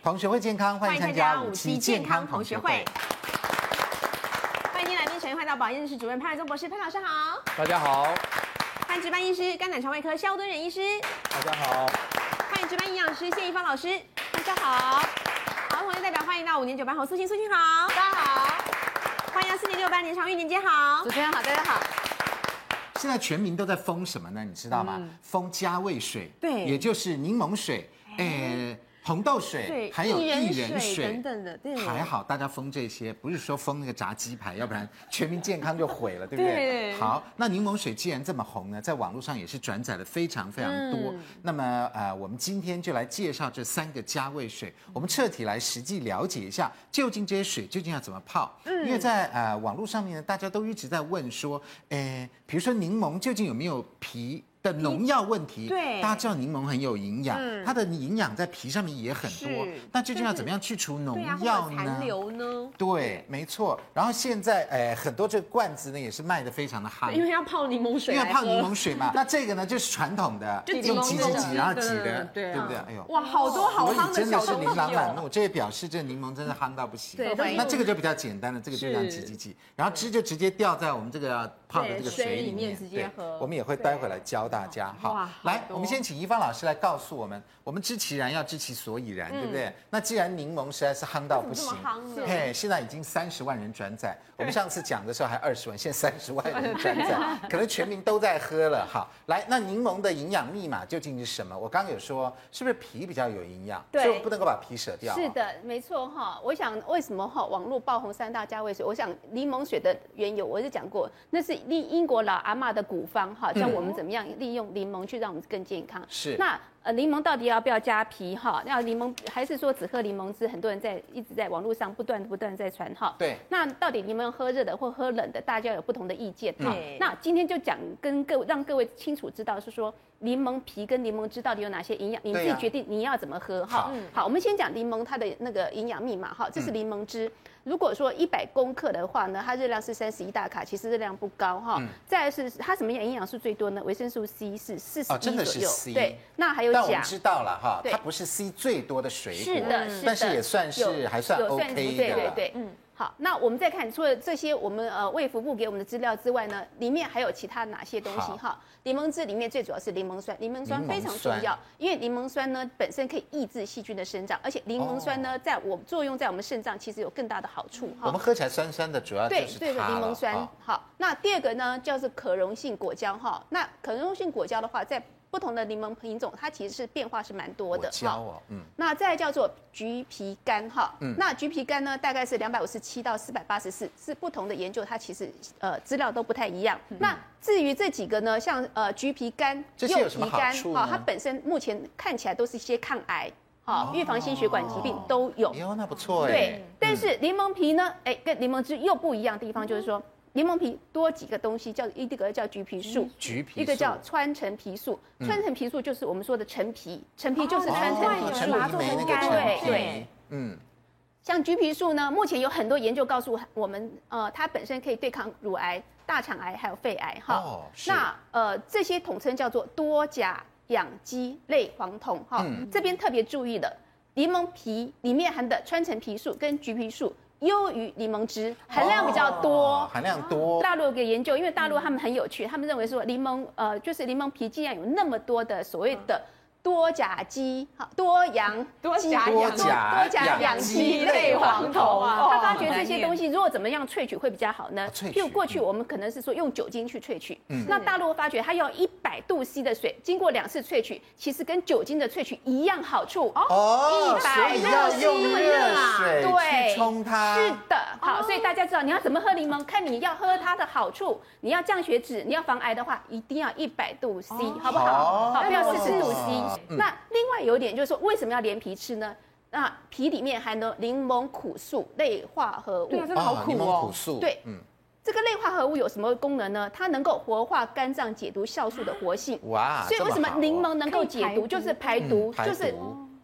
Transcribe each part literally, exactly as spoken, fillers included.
同学会健康，欢迎参加五期健康同学会。 欢迎今天来宾，首先欢迎到保健室主任潘伟宗博士，潘老师好。 大家好。 欢迎值班医师肝胆肠胃科肖敦仁医师。 大家好。 欢迎值班营养师谢一芳老师。大家好。好，同学代表欢迎到五年九班侯素琴，素琴好。大家好。欢迎到四年六班连长玉，年姐好。 主持人好，大家好。 现在全民都在封什么呢？你知道吗？嗯、封加味水， 对， 也就是柠檬水，哎。红豆水，还有薏仁水等等的，对， 还好大家封这些，不是说封那个炸鸡排，要不然全民健康就毁了，对不对？ 对。 好，那柠檬水既然这么红呢，在网络上也是转载的非常非常多。嗯、那么呃，我们今天就来介绍这三个加味水，我们彻底来实际了解一下，究竟这些水究竟要怎么泡？嗯，因为在呃网络上面呢，大家都一直在问说，诶，比如说柠檬究竟有没有皮的农药问题？ 对， 大家知道柠檬很有营养，嗯、它的营养在皮上面也很多。那究竟要怎么样去除农药呢？ 残留呢？ 对，没错。然后现在，呃，很多这个罐子呢也是卖的非常的夯， 因为要泡柠檬水， 因为泡柠檬水嘛。那这个呢就是传统的， 就用挤挤挤，然后挤的， 对不对？哎呦， 哇，好多好夯的真的是小琳琅满目，这也表示这柠檬真的夯到不行。 对， 那这个就比较简单了，这个就这样挤挤挤，然后汁就直接掉在我们这个泡的这个水里面， 直接喝。 我们也会待会来教大家。好。来，我们先请宜芳老师来告诉我们，我们知其然要知其所以然，嗯、对不对？那既然柠檬实在是夯到不行，嘿，现在已经三十万人转载，我们上次讲的时候还二十万，现在三十万人转载，可能全民都在喝了。好，来，那柠檬的营养密码究竟是什么？我刚刚有说，是不是皮比较有营养？ 对， 所以不能够把皮舍掉。 是的，没错哈。我想为什么哈网络爆红三大加味水？我想柠檬水的缘由，我是讲过，那是英英国老阿嬷的古方哈，教我们怎么样利用柠檬去让我们更健康。 是。 那呃，柠檬到底要不要加皮哈？那柠檬还是说只喝柠檬汁？很多人在一直在网络上不断不断在传哈。 对。 那到底柠檬喝热的或喝冷的，大家有不同的意见哈。那今天就讲跟各位让各位清楚知道是说柠檬皮跟柠檬汁到底有哪些营养，你自己决定你要怎么喝哈。好，我们先讲柠檬它的那个营养密码哈，这是柠檬汁。如果说一百公克的话呢，它热量是三十一大卡，其实热量不高哈。嗯、再来是它什么样营养素最多呢？维生素 C 是四十一左右。哦，真的是 C。 对，那还有钾。 但我们知道了哈，它不是 C 最多的水果， 是的，是的， 但是也算是还算 OK 的。 对对对，嗯。好，那我们再看，除了这些我们呃卫福部给我们的资料之外呢，里面还有其他哪些东西哈？柠檬汁里面最主要是柠檬酸，柠檬酸非常重要，因为柠檬酸呢本身可以抑制细菌的生长，而且柠檬酸呢、哦、在我作用在我们肾脏其实有更大的好处哈。 我们喝起来酸酸的，主要就是对对的柠檬酸。哦、好，那第二个呢叫做可溶性果胶哈，那可溶性果胶的话在不同的柠檬品种，它其实是变化是蛮多的。 胶哦，嗯。 那再来叫做橘皮苷哈，嗯，那橘皮苷呢，大概是两百五十七到四百八十四，是不同的研究，它其实呃资料都不太一样。嗯、那至于这几个呢，像呃橘皮苷、 柚皮苷， 哈，它本身目前看起来都是一些抗癌。好，预防心血管疾病都有。 哟，那不错哎。 对，但是柠檬皮呢，哎，跟柠檬汁又不一样的地方就是说。柠檬皮多几个东西，叫一个叫橘皮素， 橘皮一个叫川橙皮素。川橙皮素就是我们说的陈皮，陈皮就是川橙皮素， 对对，嗯。 像橘皮素呢，目前有很多研究告诉我们，呃，它本身可以对抗乳癌、大肠癌还有肺癌哈。哦，那呃这些统称叫做多甲氧基类黄酮哈。嗯、这边特别注意了，柠檬皮里面含的川橙皮素跟橘皮素。优于柠檬汁，含量比较多， 哦、含量多。 大陆有个研究，因为大陆他们很有趣，他们认为说柠檬呃就是柠檬皮既然有那么多的所谓的多甲基好多氧多甲多甲多甲氧基类黄酮啊，他发觉这些东西如果怎么样萃取会比较好呢？譬如过去我们可能是说用酒精去萃取，那大陆发觉它要一百度 C 的水，经过两次萃取，其实跟酒精的萃取一样好处哦， 一百度 C 那么热水对冲它， 是的，好，所以大家知道你要怎么喝柠檬，看你要喝它的好处，你要降血脂，你要防癌的话，一定要一百度 C，好不好？好，不要四十度 C。那另外有一点就是说，为什么要连皮吃呢？那皮里面含有柠檬苦素类化合物， 对啊，真的好苦哦。 柠檬苦素， 对，嗯，这个类化合物有什么功能呢？它能够活化肝脏解毒酵素的活性。哇，所以为什么柠檬能够解毒，就是排毒，就是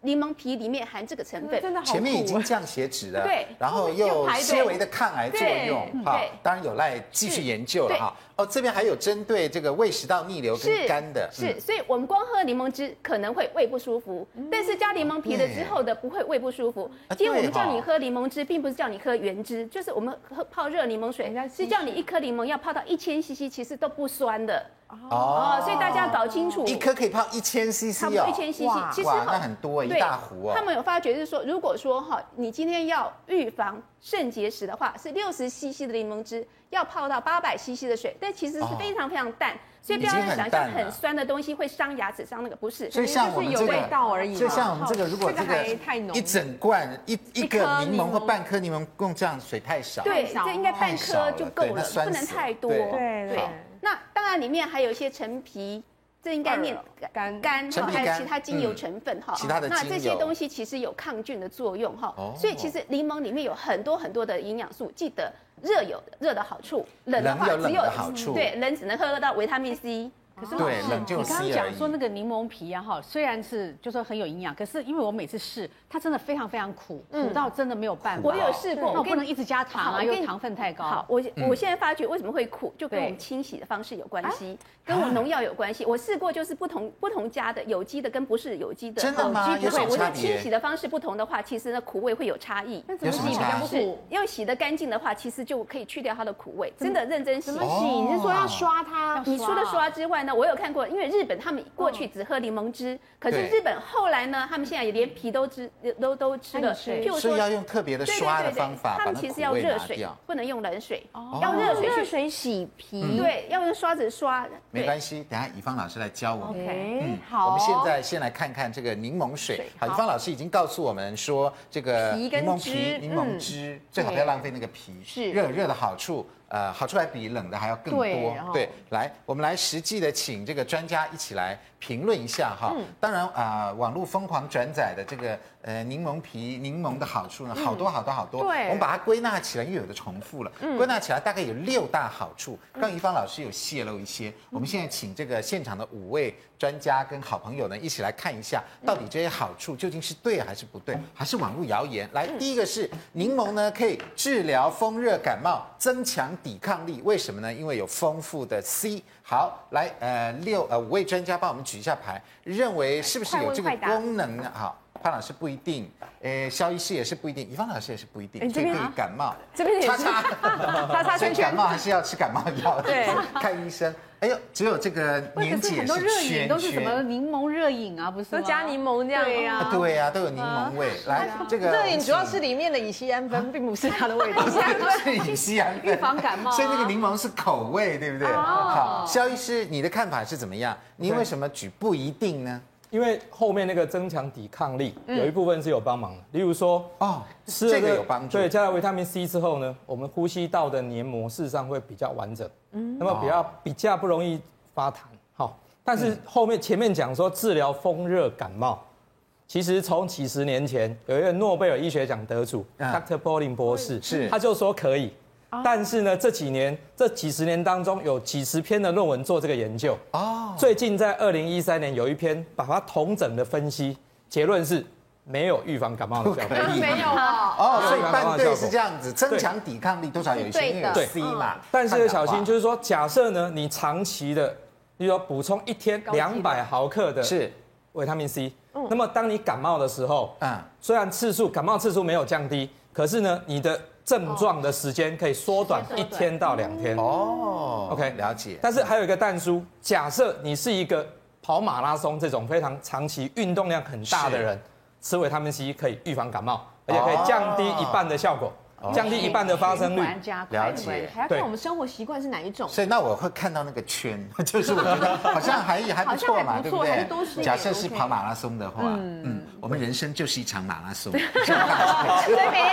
柠檬皮里面含这个成分， 真的好苦。 前面已经降血脂了， 对， 然后又些微的抗癌作用，哈，当然有赖继续研究了哈。哦，这边还有针对这个胃食道逆流跟肝的， 是，所以我们光喝柠檬汁可能会胃不舒服，但是加柠檬皮了之后的不会胃不舒服。今天我们叫你喝柠檬汁，并不是叫你喝原汁，就是我们喝泡热柠檬水，是叫你一颗柠檬要泡到一千 C C， 其实都不酸的。哦，所以大家要搞清楚， 一颗可以泡一千 C C 哦， 差不多一千 C C， 其实那很多，一大壶哦。 他们有发觉是说，如果说哈，你今天要预防肾结石的话，是六十 C C 的柠檬汁要泡到八百 C C 的水，但其实是非常非常淡，所以不要想象很酸的东西会伤牙齿、伤那个，不是。 所以像我们这个，就像我们这个，如果这个一整罐一一个柠檬或半颗柠檬，共这样水太少， 对，这应该半颗就够了，不能太多。 对对。 那当然里面还有一些陈皮。这应该念肝肝哈，还有其他精油成分哈。 其他的精油， 那这些东西其实有抗菌的作用哈。所以其实柠檬里面有很多很多的营养素，记得热有热的好处，冷的话只有好处， 对，冷只能喝到维他命 C。 可是对，冷就 C 而已。你刚刚讲说那个柠檬皮啊，哈，虽然是就说很有营养，可是因为我每次试，它真的非常非常苦，苦到真的没有办法。 我有试过， 我不能一直加糖啊，因为糖分太高。 好，我我现在发觉为什么会苦，就跟我们清洗的方式有关系，跟我农药有关系。我试过，就是不同不同家的有机的跟不是有机的， 真的吗？有什么差别？ 我的清洗的方式不同的话，其实呢苦味会有差异。 那怎么洗比较不苦？ 要洗得干净的话，其实就可以去掉它的苦味。真的认真洗。 怎么洗？你是说要刷它？ 你除了刷之外呢，我有看过，因为日本他们过去只喝柠檬汁，可是日本后来呢，他们现在也连皮都吃，都都吃了。 譬如说，所以要用特别的刷的方法， 他们其实要热水，不能用冷水，要热水热水洗皮。 对，要用刷子刷。 没关系，等下怡芳老师来教我们。 嗯，好。 我们现在先来看看这个柠檬水。好，怡芳老师已经告诉我们说，这个柠檬皮、柠檬汁最好不要浪费那个皮， 是热热的好处。呃，好处还比冷的还要更多。对，来，我们来实际的请这个专家一起来评论一下哈。嗯、当然啊、呃，网络疯狂转载的这个呃柠檬皮、柠檬的好处呢，好多好多好多。 对， 我们把它归纳起来，因为有的重复了，嗯、归纳起来大概有六大好处。刚怡芳老师有泄露一些，嗯、我们现在请这个现场的五位专家跟好朋友呢一起来看一下，到底这些好处究竟是对还是不对，还是网络谣言？来，第一个是柠檬呢可以治疗风热感冒，增强抵抗力。为什么呢？因为有丰富的 C。好，来，呃，六呃五位专家帮我们举一下牌，认为是不是有这个功能呢？好，潘老师不一定，呃，肖医师也是不一定，怡芳老师也是不一定，所以可以感冒， 这边也叉叉叉叉圈圈， 感冒还是要吃感冒药， 对， 看医生。哎呦，只有这个年纪很多热饮都是什么柠檬热饮啊，不是？ 都加柠檬这样。 对呀， 对呀，都有柠檬味。来，这个热饮主要是里面的乙酰胺酚，并不是它的味道。 是乙酰胺酚， 预防感冒。 所以那个柠檬是口味，对不对？好，肖医师，你的看法是怎么样？你为什么举不一定呢？ 因为后面那个增强抵抗力有一部分是有帮忙的，例如说哦，吃这个有帮助， 对，加了维他命 C 之后呢，我们呼吸道的黏膜事实上会比较完整，嗯，那么比较比较不容易发痰，好，但是后面前面讲说治疗风热感冒，其实从几十年前有一个诺贝尔医学奖得主 Doctor Bolin 博士， 是他就说可以。但是呢，这几年这几十年当中，有几十篇的论文做这个研究。哦，最近在二零一三年有一篇把它统整的分析，结论是没有预防感冒的效果。 没有啊。 哦，所以半对是这样子，增强抵抗力多少有一些，因为有 C 嘛。 但是要小心，就是说，假设呢，你长期的，比如说补充一天两百毫克的是维他命 C， 那么当你感冒的时候，嗯，虽然次数感冒次数没有降低，可是呢，你的症状的时间可以缩短一天到两天哦。 OK， 了解。 但是还有一个但书，假设你是一个跑马拉松这种非常长期运动量很大的人，吃维他命 C 可以预防感冒，而且可以降低一半的效果。降低一半的发生率， 了解。 还要看我们生活习惯是哪一种。 所以那我会看到那个圈，就是我觉得好像还还不错嘛，对不对？假设是跑马拉松的话，嗯，我们人生就是一场马拉松，所以每天都可以拿。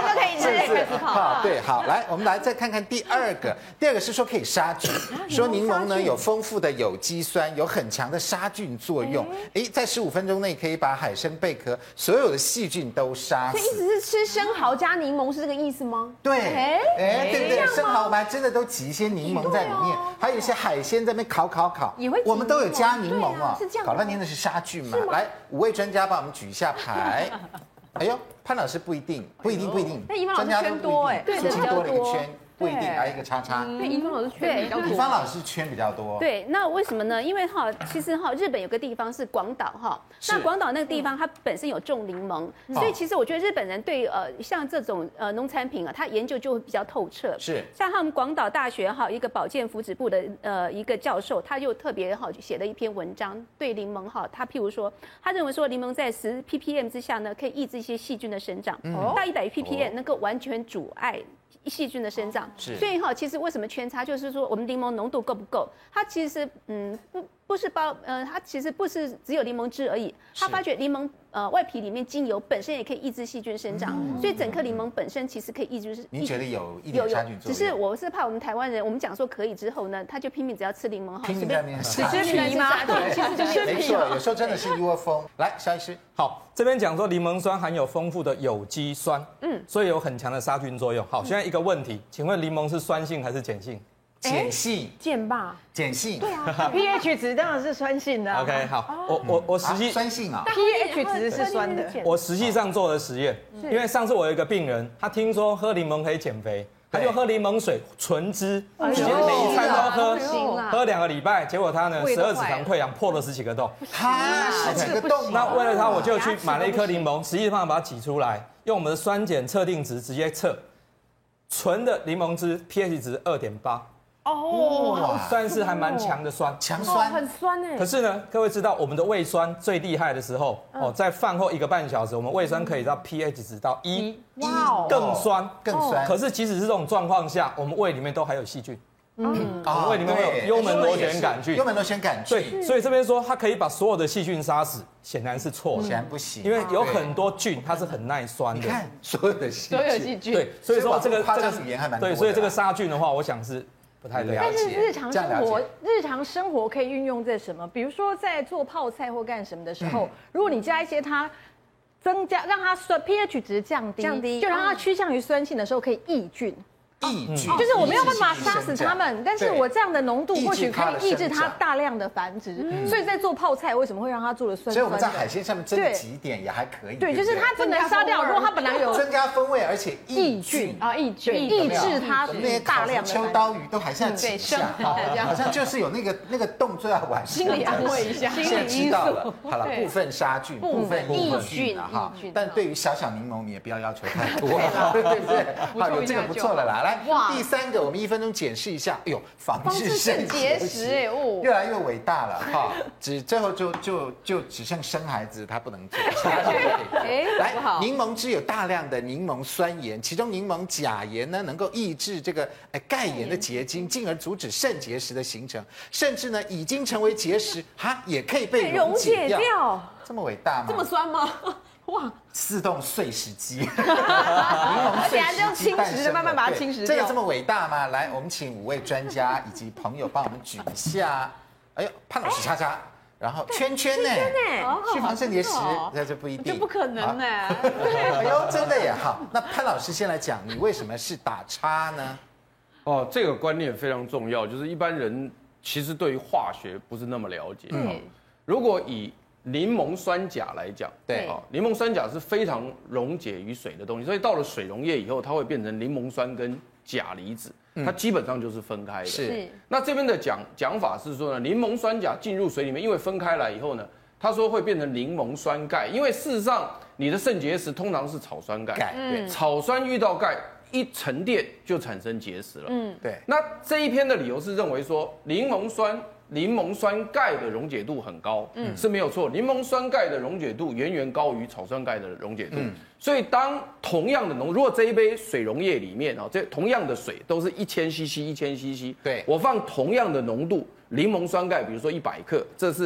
是不是？好，对，好，来，我们来再看看第二个。第二个是说可以杀菌，说柠檬呢有丰富的有机酸，有很强的杀菌作用。哎，在十五分钟内可以把海参贝壳所有的细菌都杀死。 所以意思是吃生蚝加柠檬是这个意思吗？ 对，哎，对不对？生蚝我们还真的都挤一些柠檬在里面，还有一些海鲜在那边烤烤烤， 也会， 我们都有加柠檬哦。 是这样， 搞半天的是杀菌嘛。来，五位专家帮我们举一下牌。哎呦，潘老师不一定，不一定，不一定。 那怡芳老师圈多哎， 对，比较多了一个圈。不一定，还有一个叉叉。 对，怡芳老师圈比较多。 怡芳老师圈比较多。 对，那为什么呢？因为哈，其实哈，日本有个地方是广岛哈，那广岛那个地方它本身有种柠檬，所以其实我觉得日本人对呃像这种呃农产品啊，他研究就会比较透彻。 是。 像他们广岛大学哈一个保健福祉部的呃一个教授，他就特别哈写了一篇文章，对柠檬哈，他譬如说，他认为说柠檬在十 ppm 之下呢，可以抑制一些细菌的生长，到一百 ppm 能够完全阻碍细菌的生长，所以哈，其实为什么圈叉，就是说我们柠檬浓度够不够？它其实嗯不不是包呃，它其实不是只有柠檬汁而已，他发觉柠檬呃外皮里面精油本身也可以抑制细菌生长，所以整颗柠檬本身其实可以抑制。 您觉得有一点杀菌作用？ 只是我是怕我们台湾人，我们讲说可以之后呢，他就拼命只要吃柠檬哈， 拼命在那边吃皮吗？其实就是没错，有时候真的是一窝蜂。来，肖医师， 好，这边讲说柠檬酸含有丰富的有机酸，嗯，所以有很强的杀菌作用。好，现在一个问题，请问柠檬是酸性还是碱性？ 碱性， 碱吧， 碱性， 对啊 ，pH 值当然是酸性的。 OK， 好，我我我实际酸性啊 ，pH 值是酸的。 我实际上做的实验，因为上次我有一个病人，他听说喝柠檬可以减肥，他就喝柠檬水纯汁，每一餐都喝，喝两个礼拜，结果他呢十二指肠溃疡破了十几个洞， 哈，十几个洞。 那为了他，我就去买了一颗柠檬，实际上把它挤出来，用我们的酸碱测定值直接测，纯的柠檬汁 pH 值二点八。哦，算是还蛮强的酸， 强酸， 很酸哎。 可是呢，各位知道我们的胃酸最厉害的时候，哦，在饭后一个半小时，我们胃酸可以到 pH 值到一，哇，更酸， 更酸。 可是即使是这种状况下，我们胃里面都还有细菌。嗯，我们胃里面会有幽门螺旋杆菌， 幽门螺旋杆菌。 对，所以这边说它可以把所有的细菌杀死，显然是错的， 显然不行， 因为有很多菌它是很耐酸的。 你看所有的细菌， 所有细菌， 对，所以说这个这个语言还蛮对，所以这个杀菌的话，我想是。不太了解， 但是日常生活，日常生活可以运用在什么？比如说在做泡菜或干什么的时候，嗯、如果你加一些它增加，让它酸 pH 值降低， 降低， 就让它趋向于酸性的时候，可以抑菌。 抑菌就是我没有办法杀死它们，但是我这样的浓度或许可以抑制它大量的繁殖，所以在做泡菜为什么会让它做的酸？ 所以我们在海鲜上面增几点也还可以。 对，就是它不能杀掉，如果它本来有增加风味，而且抑菌啊，抑菌抑制它那些大量的秋刀鱼都还是要挤一下，好像就是有那个那个动作要完成， 心理安慰一下， 现在知道了。好了，部分杀菌，部分抑菌啊哈。但对于小小柠檬，你也不要要求太多，对不对？好，有这个不错了啦。来，第三。我们一分钟检视一下，哎呦，防治肾结石，哎哦，越来越伟大了哈！只最后就就就只剩生孩子，他不能做，其他都可以。来，柠檬汁有大量的柠檬酸盐，其中柠檬钾盐呢能够抑制这个哎钙盐的结晶，进而阻止肾结石的形成，甚至呢已经成为结石，哈也可以被溶解掉。这么伟大吗？ 这么酸吗？ 哇！自动碎石机， 而且还是用侵蚀的，慢慢把它侵蚀掉。 真的这么伟大吗？来，我们请五位专家以及朋友帮我们举一下。哎呦，潘老师叉叉，然后圈圈呢？预防肾结石，那这不一定， 这不可能呢。 哎呦，真的也好。那潘老师先来讲，你为什么是打叉呢？ 哦，这个观念非常重要，就是一般人其实对于化学不是那么了解。嗯，如果以柠檬酸钾来讲， 对， 啊，柠檬酸钾是非常溶解于水的东西，所以到了水溶液以后，它会变成柠檬酸跟钾离子，它基本上就是分开的。 是。 那这边的讲讲法是说呢，柠檬酸钾进入水里面，因为分开来以后呢，他说会变成柠檬酸钙，因为事实上你的肾结石通常是草酸钙， 钙， 对，草酸遇到钙一沉淀就产生结石了。 嗯，对。 那这一篇的理由是认为说柠檬酸。柠檬酸钙的溶解度很高，嗯，是没有错。柠檬酸钙的溶解度远远高于草酸钙的溶解度，嗯，所以当同样的浓，如果这一杯水溶液里面啊，这同样的水都是一千 C C 一千 C C， 对， 我放同样的浓度柠檬酸钙，比如说一百克，这是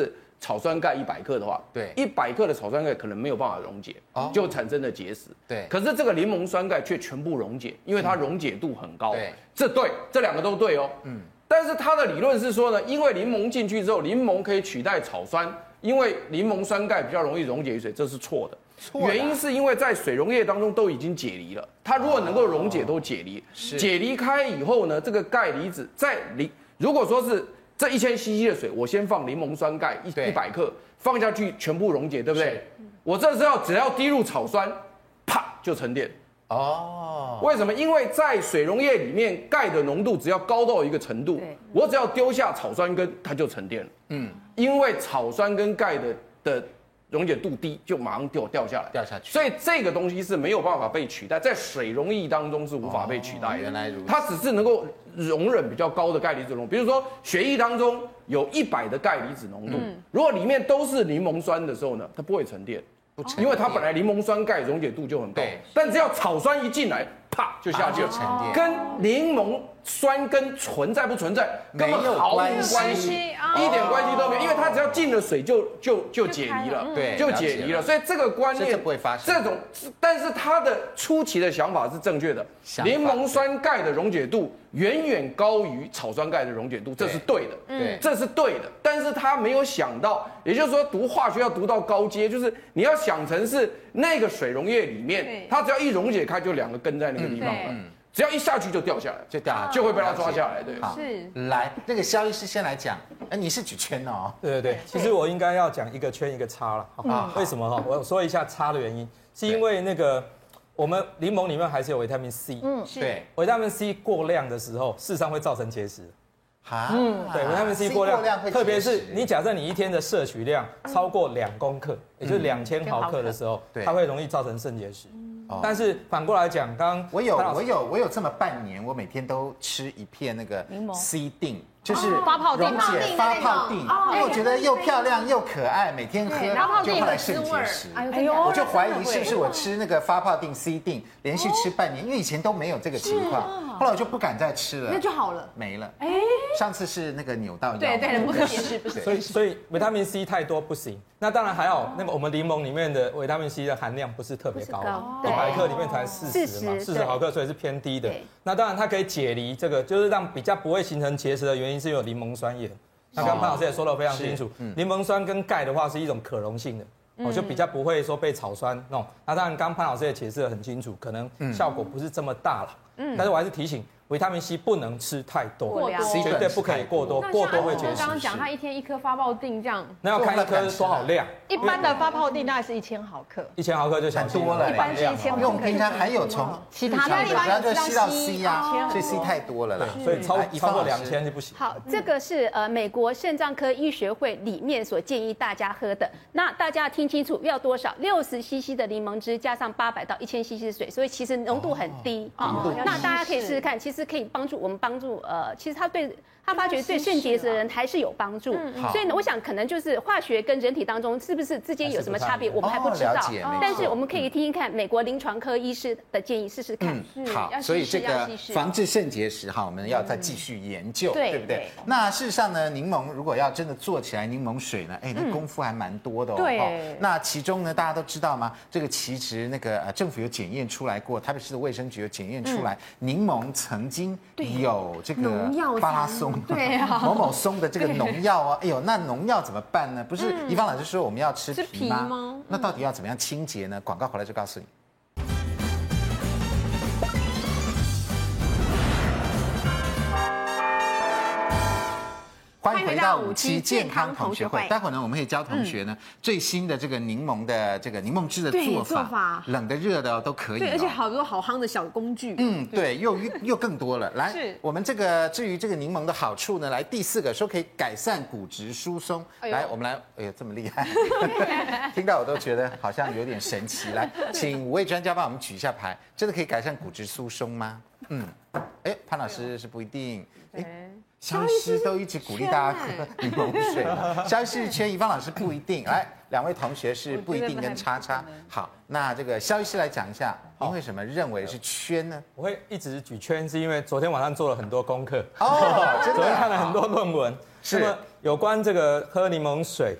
草酸钙一百克的话， 对， 一百克的草酸钙可能没有办法溶解，哦、就产生了结石。 对， 可是这个柠檬酸钙却全部溶解，因为它溶解度很高。 对， 这对，这两个都对哦。嗯，但是它的理论是说呢，因为柠檬进去之后，柠檬可以取代草酸，因为柠檬酸钙比较容易溶解于水，这是错的。原因是因为在水溶液当中都已经解离了，它如果能够溶解都解离，哦、解离开以后呢，这个钙离子在离，如果说是这一千 C C 的水，我先放柠檬酸钙一一百克放下去，全部溶解，对不对？我这时候只要滴入草酸，啪就沉淀。哦，为什么？因为在水溶液里面，钙的浓度只要高到一个程度，我只要丢下草酸根，它就沉淀了。嗯，因为草酸跟钙的的溶解度低，就马上掉掉下来， 掉下去。 所以这个东西是没有办法被取代，在水溶液当中是无法被取代的。 哦、原来如此， 它只是能够容忍比较高的钙离子浓度，比如说血液当中有一百的钙离子浓度，嗯、如果里面都是柠檬酸的时候呢，它不会沉淀，不沉淀，因为它本来柠檬酸钙溶解度就很高，但只要草酸一进来，啪就下去了， 沉淀， 跟柠檬酸根存在不存在根本毫无关系，一点关系都没有，因为它只要进了水就就就解离了， 对， 就解离了，所以这个观念不会发生。 这种，但是它的初期的想法是正确的，柠檬酸钙的溶解度远远高于草酸钙的溶解度，这是对的，对，这是对的。但是他没有想到，也就是说读化学要读到高阶，就是你要想成是那个水溶液里面，它只要一溶解开，就两个根在那个地方了。只要一下去就掉下来， 就掉下去， 就会被它抓下来。对， 是。 来，那个肖医师先来讲，哎，你是举圈哦。 对对对，其实我应该要讲一个圈一个叉了。啊，为什么哈？我说一下叉的原因，是因为那个我们柠檬里面还是有维他命 C。 嗯，是。 对， 维他命 C 过量的时候，事实上会造成结石。啊，嗯，对，维他命 C 过量，特别是你假设你一天的摄取量超过两公克，也就是两千毫克的时候，它会容易造成肾结石。但是反过来讲，刚刚我有我有我有这么半年，我每天都吃一片那个 C 定，就是发泡溶解发泡定，因为我觉得又漂亮又可爱，每天喝就后来肾结石。哎呦，我就怀疑是不是我吃那个发泡定 C 定连续吃半年，因为以前都没有这个情况，后来我就不敢再吃了， 那就好了， 没了。哎，上次是那个扭到腰， 对对，不可以是不是？ 所以所以维他命 C 太多不行。那当然还有那个我们柠檬里面的维他命 C 的含量不是特别高，一百克里面才四十嘛，四十毫克，所以是偏低的。那当然它可以解离这个，就是让比较不会形成结石的原因是有柠檬酸盐。那刚刚潘老师也说得非常清楚，柠檬酸跟钙的话是一种可溶性的，我就比较不会说被草酸弄。那当然刚刚潘老师也解释得很清楚，可能效果不是这么大了。嗯，但是我还是提醒。维他命 C 不能吃太多， 过量绝对不可以过多，过多会结石。 刚刚讲他一天一颗发泡定这样， 那要看一颗多少量。 一般的发泡定大概是一千毫克， 一千毫克就很多了， 一般是一千毫克。 因为我们平常还有从其他的地方就吸到 C 啊，所以 C 太多了啦， 所以超超过两千就不行。 好，这个是呃美国肾脏科医学会里面所建议大家喝的。那大家听清楚，要多少？六十 C C 的柠檬汁加上八百到一千 C C 的水，所以其实浓度很低啊。那大家可以试试看，其实可以帮助我们。帮助呃，其实它对他发觉对肾结石的人还是有帮助，所以呢，我想可能就是化学跟人体当中是不是之间有什么差别，我们还不知道。但是我们可以听听看美国临床科医师的建议，试试看。 好，所以这个防治肾结石哈，我们要再继续研究，对不对？那事实上呢，柠檬如果要真的做起来柠檬水呢，哎，那功夫还蛮多的哦。 对。 那其中呢，大家都知道吗？这个其实那个呃政府有检验出来过，台北市的卫生局有检验出来，柠檬曾经有这个巴拉松。 对啊， 某某松的这个农药哦，哎呦，那农药怎么办呢？不是宜芳老师说我们要吃皮吗？那到底要怎么样清洁呢？广告回来就告诉你。欢迎回到五期健康同学会。待会儿呢，我们会教同学呢最新的这个柠檬的这个柠檬汁的做法，冷的、热的都可以。 对，而且好多好夯的小工具。 嗯，对，又又更多了。来，我们这个至于这个柠檬的好处呢，来第四个说可以改善骨质疏松。来，我们来，哎呀，这么厉害，听到我都觉得好像有点神奇。来，请五位专家帮我们举一下牌，真的可以改善骨质疏松吗？嗯，哎，潘老师是不一定。哎。肖医师都一直鼓励大家喝柠檬水了，肖医师圈，宜芳老师不一定。来，两位同学是不一定跟叉叉。好，那这个肖医师来讲一下，您为什么认为是圈呢？ 我会一直举圈，是因为昨天晚上做了很多功课哦，真的， 昨天看了很多论文， 是那么有关这个喝柠檬水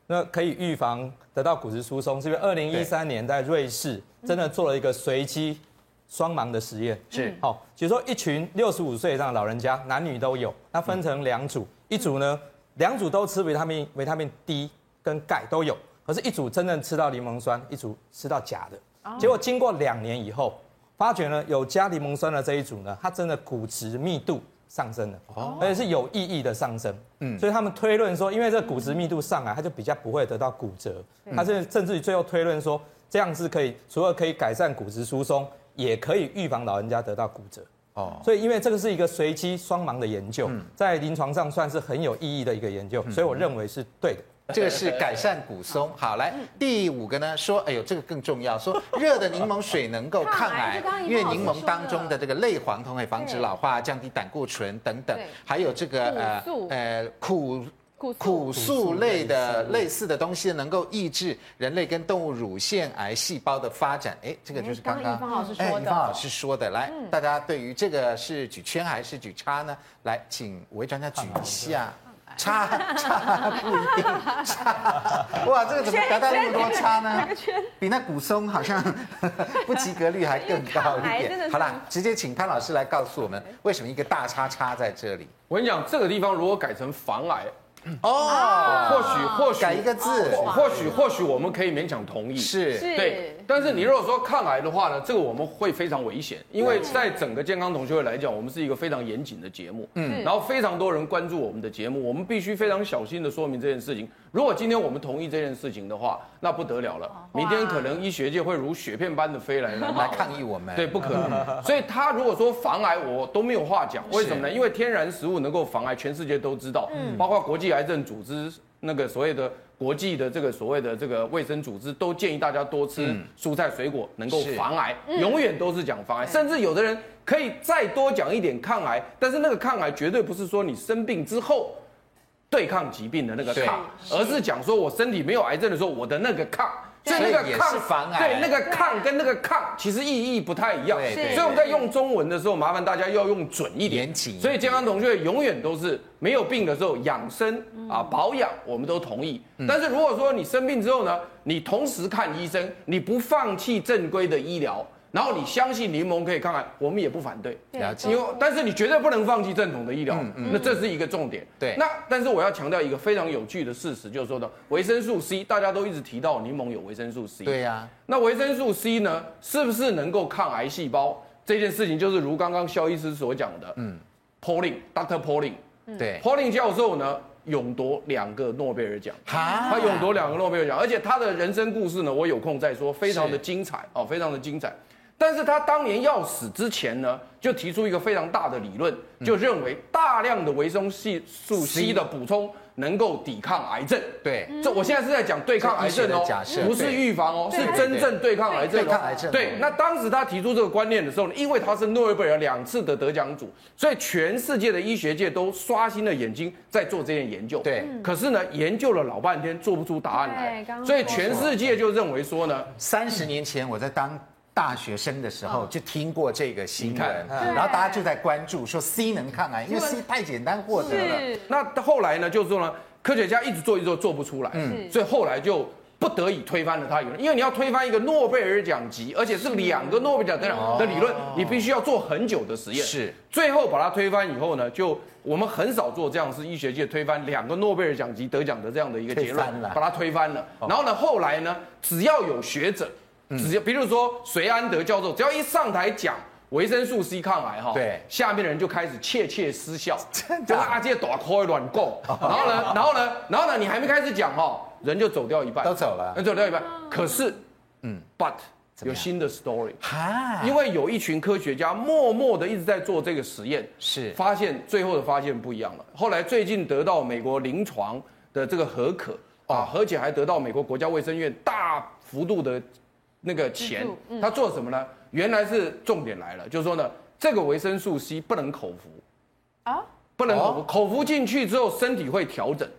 那可以预防得到骨质疏松，是因为二零一三年在瑞士真的做了一个随机双盲的实验， 是好，比如说一群六十五岁以上的老人家，男女都有，那分成两组，一组呢两组都吃维他命维他命 D 跟钙都有，可是一组真正吃到柠檬酸，一组吃到假的，结果经过两年以后，发觉呢有加柠檬酸的这一组呢，它真的骨质密度上升了，哦，而且是有意义的上升，嗯，所以他们推论说，因为这骨质密度上来，它就比较不会得到骨折，它是甚至于最后推论说，这样是可以除了可以改善骨质疏松，也可以预防老人家得到骨折，哦，所以因为这个是一个随机双盲的研究，在临床上算是很有意义的一个研究，所以我认为是对的。 这个是改善骨松。好，来第五个呢，说，哎呦，这个更重要，说热的柠檬水能够抗癌，因为柠檬当中的这个类黄酮可以防止老化、降低胆固醇等等，还有这个呃呃苦。苦素类的类似的东西能够抑制人类跟动物乳腺癌细胞的发展。哎，这个就是刚刚易芳老师说的。 易芳老师说的。来，大家对于这个是举圈还是举叉呢？来，请五位专家举一下。叉叉不一定叉，哇，这个怎么得到那么多叉呢？比那骨松好像不及格率还更高一点。好啦，直接请潘老师来告诉我们，为什么一个大叉叉在这里？ 我跟你讲，这个地方如果改成防癌。 哦， 或许或许改一个字， 或许或许我们可以勉强同意， 是对。但是你如果说抗癌的话呢，这个我们会非常危险，因为在整个健康同学会来讲，我们是一个非常严谨的节目，嗯，然后非常多人关注我们的节目，我们必须非常小心的说明这件事情。如果今天我们同意这件事情的话，那不得了了，明天可能医学界会如雪片般的飞来来抗议我们， 对，不可能。所以他如果说防癌，我都没有话讲，为什么呢？因为天然食物能够防癌，全世界都知道，包括国际癌症组织。那个所谓的国际的这个所谓的这个卫生组织都建议大家多吃蔬菜水果，能够防癌，永远都是讲防癌，甚至有的人可以再多讲一点抗癌，但是那个抗癌绝对不是说你生病之后对抗疾病的那个抗，而是讲说我身体没有癌症的时候我的那个抗。所以那个抗防癌， 对那个抗跟那个抗其实意义不太一样，所以我们在用中文的时候，麻烦大家要用准一点。所以健康同学永远都是没有病的时候养生啊保养，我们都同意。但是如果说你生病之后呢，你同时看医生，你不放弃正规的医疗。然后你相信柠檬可以抗癌，我们也不反对， 了解。 因为但是你绝对不能放弃正统的医疗，嗯嗯、那这是一个重点。 对。 那但是我要强调一个非常有趣的事实，就是说呢，维生素 C 大家都一直提到柠檬有维生素 C。 对呀、啊。 那维生素 C 呢，是不是能够抗癌细胞？这件事情就是如刚刚肖医师所讲的，嗯 ，Pauling，Doctor Pauling， 对 ，Pauling 教授呢。勇夺两个诺贝尔奖，他勇夺两个诺贝尔奖，而且他的人生故事呢，我有空再说，非常的精彩哦，非常的精彩。但是他当年要死之前呢，就提出一个非常大的理论，就认为大量的维生素 C 的补充能够抵抗癌症。 对， 这我现在是在讲对抗癌症哦，不是预防哦，是真正对抗癌症。 对抗癌症。 对，那当时他提出这个观念的时候呢，因为他是诺贝尔两次的得奖主，所以全世界的医学界都刷新了眼睛在做这件研究。 对， 可是呢，研究了老半天做不出答案来，所以全世界就认为说呢， 三十年前我在当大学生的时候就听过这个新闻，然后大家就在关注说 C 能抗癌，因为 C 太简单获得了。 那后来呢，就是说呢，科学家一直做一直做做不出来，嗯，所以后来就不得已推翻了他理论，因为你要推翻一个诺贝尔奖级，而且是两个诺贝尔奖的理论，你必须要做很久的实验。 是， 最后把它推翻以后呢，就我们很少做这样，是医学界推翻两个诺贝尔奖级得奖的这样的一个结论，把它推翻了。然后呢，后来呢，只要有学者。只要比如说隋安德教授，只要一上台讲维生素 C 抗癌哈， 对， 下面的人就开始窃窃私笑，就阿杰打开乱供，然后呢，然后呢，然后呢，你还没开始讲哈，人就走掉一半， 都走了， 人走掉一半。可是，嗯 ，but 有新的 story， 因为有一群科学家默默的一直在做这个实验， 是发现最后的发现不一样了。后来最近得到美国临床的这个核可啊，而且还得到美国国家卫生院大幅度的。那个钱，他做什么呢？原来是重点来了，就是说呢，这个维生素 C 不能口服啊，不能口服，口服进去之后身体会调整，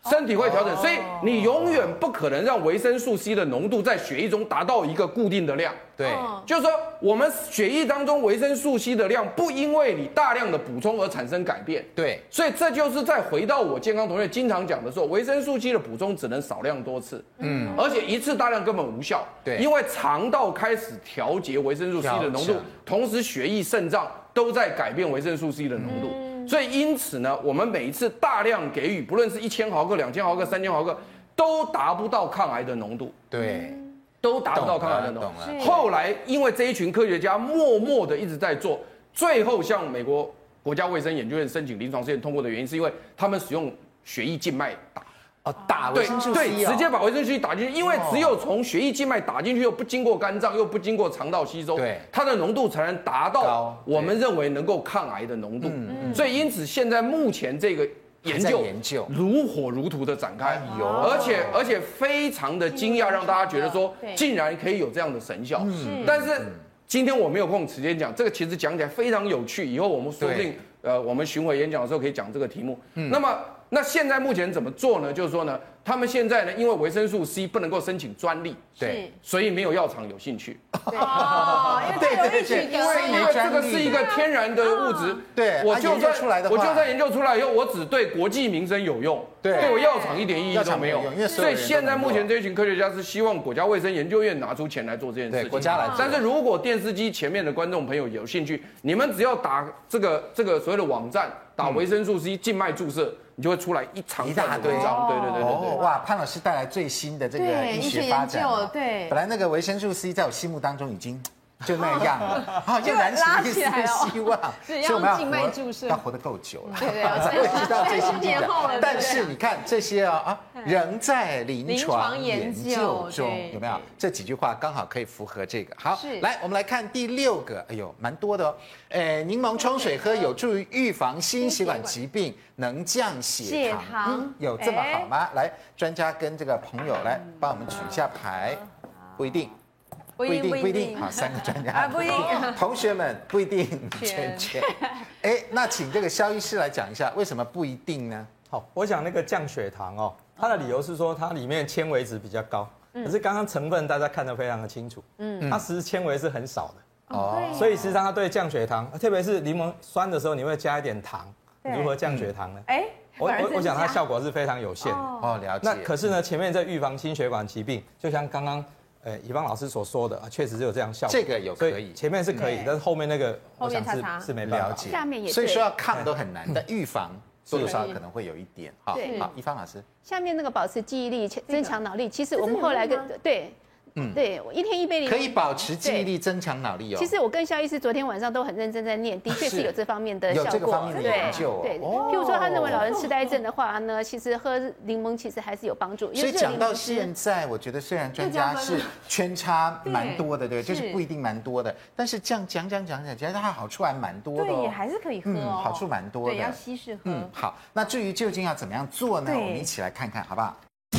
身体会调整，所以你永远不可能让维生素 C 的浓度在血液中达到一个固定的量。 对， 就是说我们血液当中维生素 C 的量不因为你大量的补充而产生改变。 对， 所以这就是再回到我健康同学经常讲的时候，维生素 C 的补充只能少量多次，嗯，而且一次大量根本无效。 对， 因为肠道开始调节维生素 C 的浓度，同时血液、肾脏都在改变维生素 C 的浓度。嗯，所以因此呢，我们每一次大量给予，不论是一千毫克、两千毫克、三千毫克，都达不到抗癌的浓度。 对， 都达不到抗癌的浓度。后来因为这一群科学家默默的一直在做，最后向美国国家卫生研究院申请临床试验通过的原因，是因为他们使用血液静脉打。 哦，打维生素 C 对，直接把维生素 C 打进去，因为只有从血液静脉打进去，又不经过肝脏，又不经过肠道吸收， 对， 它的浓度才能达到我们认为能够抗癌的浓度。所以因此现在目前这个研究研究如火如荼的展开，而且而且非常的惊讶，让大家觉得说竟然可以有这样的神效。但是今天我没有空时间讲这个，其实讲起来非常有趣，以后我们说不定呃我们巡回演讲的时候可以讲这个题目。那么。那现在目前怎么做呢？就是说呢，他们现在呢，因为维生素 C 不能够申请专利， 对， 所以没有药厂有兴趣。 哦，因为太容易取得， 因为因为这个是一个天然的物质， 对， 我就算出来的我就算研究出来以后，我只对国计民生有用， 对， 对我药厂一点意义都没有。所以现在目前这一群科学家是希望国家卫生研究院拿出钱来做这件事情， 国家来做。 但是如果电视机前面的观众朋友有兴趣，你们只要打这个这个所谓的网站，打维生素 C 静脉注射。你就会出来一长一大堆章，对对对对对。 哇，潘老师带来最新的这个医学发展， 对， 本来那个维生素 C 在我心目当中已经就那样了，好，又燃起一丝希望， 所以我们要静脉注射， 要活得够久了， 对对， 我知道最新进展。但是你看这些啊啊，仍在临床研究中，有没有？这几句话刚好可以符合这个。好，来，我们来看第六个，哎呦，蛮多的哦。呃，柠檬冲水喝有助于预防心血管疾病，能降血糖，嗯，有这么好吗？来，专家跟这个朋友来帮我们举一下牌，不一定。不一定，不一定。好，三个专家啊，不一定。同学们不一定，圈圈。哎，那请这个肖医师来讲一下，为什么不一定呢？ 好，我想那个降血糖哦，它的理由是说它里面纤维质比较高，可是刚刚成分大家看得非常的清楚，嗯，它其实纤维是很少的哦，所以实际上它对降血糖，特别是柠檬酸的时候，你会加一点糖，如何降血糖呢？哎，我我我想它效果是非常有限的哦，了解。 那可是呢，前面在预防心血管疾病，就像刚刚。呃，以芳老师所说的啊，确实是有这样效果。 这个有可以， 前面是可以，但是后面那个我想是是没了解。 下面也所以说要抗都很难，但预防多多少少可能会有一点。好，好，以芳老师。 下面那个保持记忆力、增强脑力，其实我们后来跟对。嗯，对，我一天一杯柠檬可以保持记忆力、增强脑力哦。 其实我跟肖医师昨天晚上都很认真在念，的确是有这方面的效果。 有这个方面的研究。 对，譬如说他认为老人痴呆症的话呢，其实喝柠檬其实还是有帮助。 所以讲到现在，我觉得虽然专家是圈差蛮多的，对，就是不一定蛮多的，但是这样讲讲讲讲，其实它好处还蛮多的。 对，也还是可以喝哦， 好处蛮多的。 对，要稀释喝。嗯， 好，那至于究竟要怎么样做呢？我们一起来看看，好不好？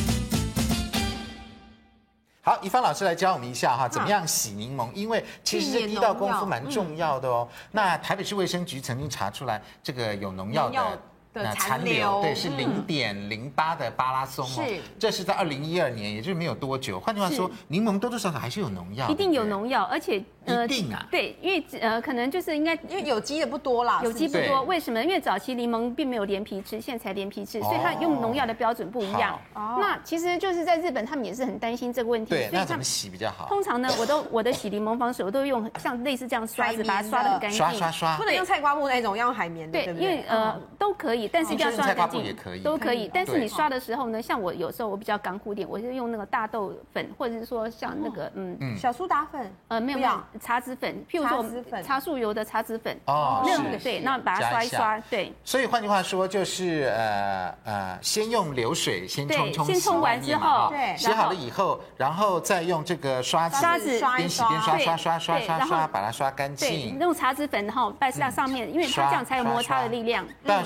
好，宜芳老师来教我们一下哈，怎么样洗柠檬？因为其实这第一道功夫蛮重要的哦。那台北市卫生局曾经查出来，这个有农药的。那残留对是零点零八的巴拉松哦，是这是在二零一二年，也就是没有多久。换句话说，柠檬多多少少还是有农药， 一定有农药，而且一定啊， 对，因为呃可能就是应该因为有机的不多啦， 有机不多，为什么？因为早期柠檬并没有连皮吃，现在才连皮吃，所以它用农药的标准不一样。那其实就是在日本，他们也是很担心这个问题。 对，那怎么洗比较好？ 通常呢，我都我的洗柠檬方式，我都用像类似这样刷子把它刷得很干净， 刷刷刷， 不能用菜瓜布那种，要用海绵的，对不对？ 因为呃都可以，但是一定要刷干净。 也可以， 都可以，但是你刷的时候呢，像我有时候我比较刚固点，我是用那个大豆粉，或者是说像那个嗯小苏打粉， 呃没有没有茶籽粉，譬如说茶树油的茶籽粉哦， 那个对，那把它刷一刷，对。 所以换句话说，就是呃呃，先用流水先冲冲， 先冲完之后， 对，洗好了以后，然后再用这个刷子刷子边洗边刷刷刷刷刷刷，把它刷干净。 用茶籽粉然后摆在上面，因为它这样才有摩擦的力量。 大概刷多久？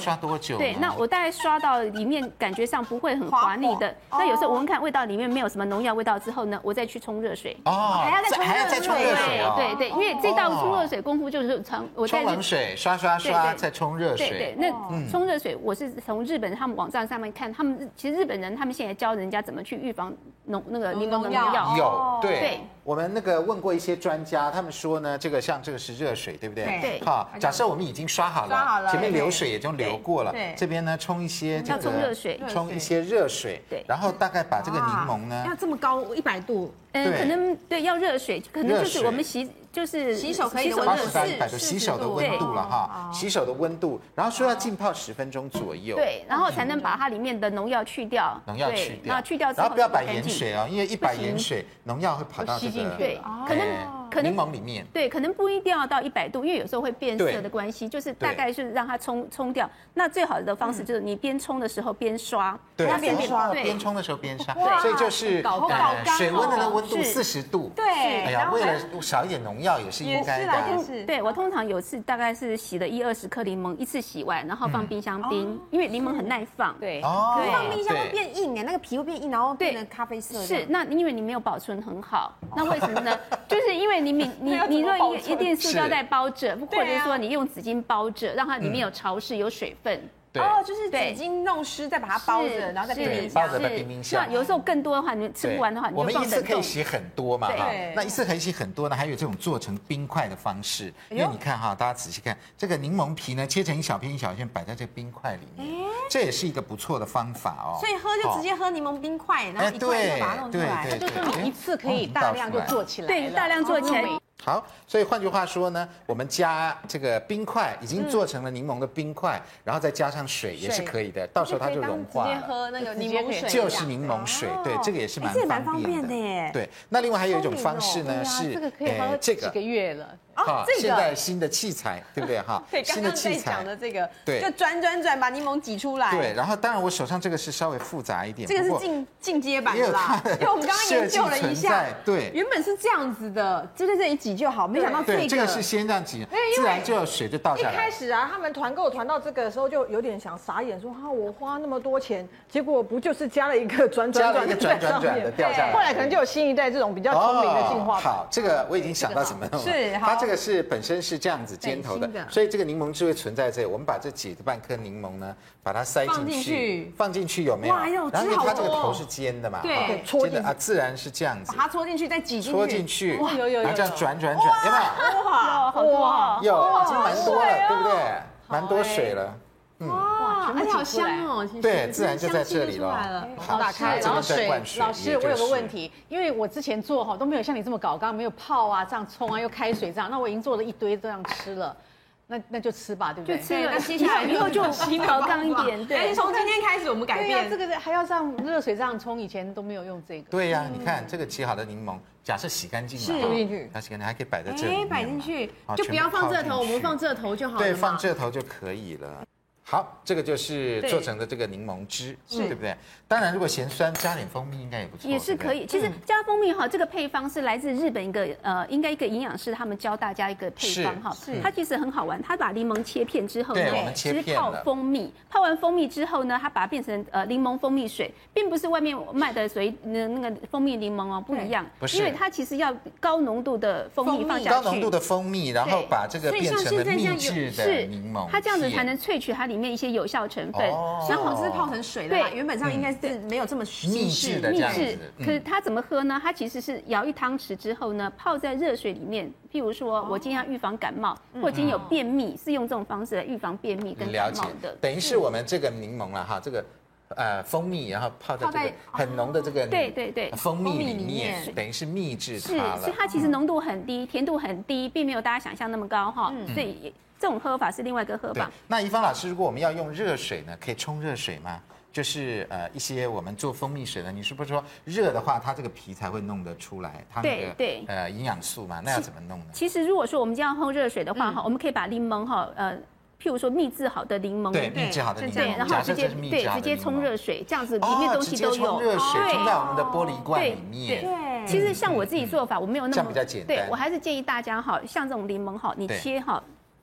久？ 对，那我大概刷到里面感觉上不会很滑腻的。那有时候闻闻看味道里面没有什么农药味道之后呢，我再去冲热水。 哦， 还要再还要再冲热水哦。 对对，因为这道冲热水功夫就是从我冲冷水刷刷刷，再冲热水。 对对，那冲热水我是从日本他们网站上面看，他们其实日本人他们现在教人家怎么去预防农那个柠檬的农药。 有对。我们那个问过一些专家，他们说呢，这个像这个是热水，对不对？ 对。 好，假设我们已经刷好了，前面流水也就流过了，这边呢冲一些这个冲热水， 冲一些热水，对，然后大概把这个柠檬呢要这么高一百度， 嗯，可能对要热水，可能就是我们洗就是洗手可以八十到一百度洗手的温度了哈，洗手的温度，然后说要浸泡十分钟左右， 对，然后才能把它里面的农药去掉， 农药去掉， 那去掉之后， 然后不要摆盐水哦，因为一摆盐水，农药会跑到这个对，可能可能柠檬里面， 对，可能不一定要到一百度，因为有时候会变色的关系，就是大概是让它冲冲掉。那最好的方式就是你边冲的时候边刷， 对， 边刷， 边冲的时候边刷，所以就是水温的那个温度四十度， 对， 哎呀，为了少一点农药也是应该的。 对，我通常有次大概是洗了一二十颗柠檬，一次洗完，然后放冰箱冰，因为柠檬很耐放。 对，放冰箱会变硬哎，那个皮会变硬，然后变成咖啡色。 是，那因为你没有保存很好，那为什么呢？就是因为你你你你若一定塑胶袋包着，或者说你用纸巾包着，让它里面有潮湿有水分。 哦，就是纸巾弄湿，再把它包着，然后再冰冰箱。 包着在冰冰箱。 那有时候更多的话，你们吃不完的话， 我们一次可以洗很多嘛哈。那一次可以洗很多呢，还有这种做成冰块的方式。因为你看哈，大家仔细看，这个柠檬皮呢，切成一小片一小片，摆在这个冰块里面，这也是一个不错的方法哦。 所以喝就直接喝柠檬冰块，然后一块就把它弄出来。 它就是你一次可以大量就做起来。 对，大量做起来。 好，所以换句话说呢，我们加这个冰块，已经做成了柠檬的冰块，然后再加上水也是可以的，到时候它就融化了。 直接喝那个柠檬水， 就是柠檬水，对，这个也是蛮方便的耶。对，那另外还有一种方式呢，是这个可以喝几个月了。 好，现在新的器材，对不对哈？ 对，刚刚在讲的这个，对，就转转转把柠檬挤出来。 对，然后当然我手上这个是稍微复杂一点， 这个是进进阶版的啦，因为我们刚刚研究了一下， 对， 原本是这样子的，就在这里挤就好，没想到这个， 这个是先这样挤，自然就有水就倒下来。 一开始啊，他们团购团到这个的时候就有点想傻眼，说哈，我花那么多钱，结果不就是加了一个转转转的转转转的掉下来。 后来可能就有新一代这种比较聪明的进化。 好，这个我已经想到怎么弄了， 是， 它这个是本身是这样子尖头的，所以这个柠檬汁会存在这里。我们把这几半颗柠檬呢，把它塞进去，放进去有没有？ 哇，有然后它这个头是尖的嘛， 对， 戳进啊，自然是这样子， 把它戳进去，再挤进去， 戳进去， 哇，有有有， 然后这样转转转，有没有？ 哇，好多， 有，已经蛮多了，对不对？蛮多水了。 哇，而且好香哦！ 对，自然就在这里了。 好，打开，然后水。老师，我有个问题，因为我之前做哈都没有像你这么搞，刚刚没有泡啊，这样冲啊，又开水这样，那我已经做了一堆这样吃了。那那就吃吧，对不对？ 就吃了，那接下来以后就调刚一点。 对，从今天开始我们改变。 这个还要让热水这样冲，以前都没有用这个。 对呀，你看这个切好的柠檬，假设洗干净了， 丢进去， 它洗干净还可以摆在这里。 哎，摆进去，就不要放这头，我们放这头就好了。 对，放这头就可以了。好，这个就是做成的这个柠檬汁，对不对？当然，如果嫌酸，加点蜂蜜应该也不错， 也是可以。其实加蜂蜜哈，这个配方是来自日本一个呃，应该一个营养师他们教大家一个配方哈。是，它其实很好玩。他把柠檬切片之后呢， 是泡蜂蜜，泡完蜂蜜之后呢，他把它变成呃柠檬蜂蜜水，并不是外面卖的水那那个蜂蜜柠檬哦，不一样。 不是， 因为它其实要高浓度的蜂蜜放下去， 高浓度的蜂蜜，然后把这个变成了秘制的柠檬， 它这样子才能萃取它里面一些有效成分。 然后是泡成水的嘛，原本上应该是没有这么秘制的这样子。 可是它怎么喝呢？它其实是舀一汤匙之后呢，泡在热水里面。譬如说，我今天要预防感冒，或今天有便秘，是用这种方式来预防便秘跟感冒的。 等于是我们这个柠檬了哈，这个呃蜂蜜，然后泡在这个很浓的这个对对对蜂蜜里面，等于是秘制它了。 是，所以它其实浓度很低，甜度很低，并没有大家想象那么高哈。所以这种喝法是另外一个喝法。 那怡芳老师，如果我们要用热水呢，可以冲热水吗？就是呃一些我们做蜂蜜水的，你是不是说热的话，它这个皮才会弄得出来它那个对呃营养素嘛？那要怎么弄呢？ 其实如果说我们这样喝热水的话哈，我们可以把柠檬哈呃。譬如说秘制好的柠檬， 对，秘制好的柠檬， 对，然后直接对直接冲热水，这样子里面东西都有。 冲热水冲在我们的玻璃罐里面。 对，其实像我自己做法，我没有那么这样比较简单。 对，我还是建议大家哈，像这种柠檬哈，你切哈。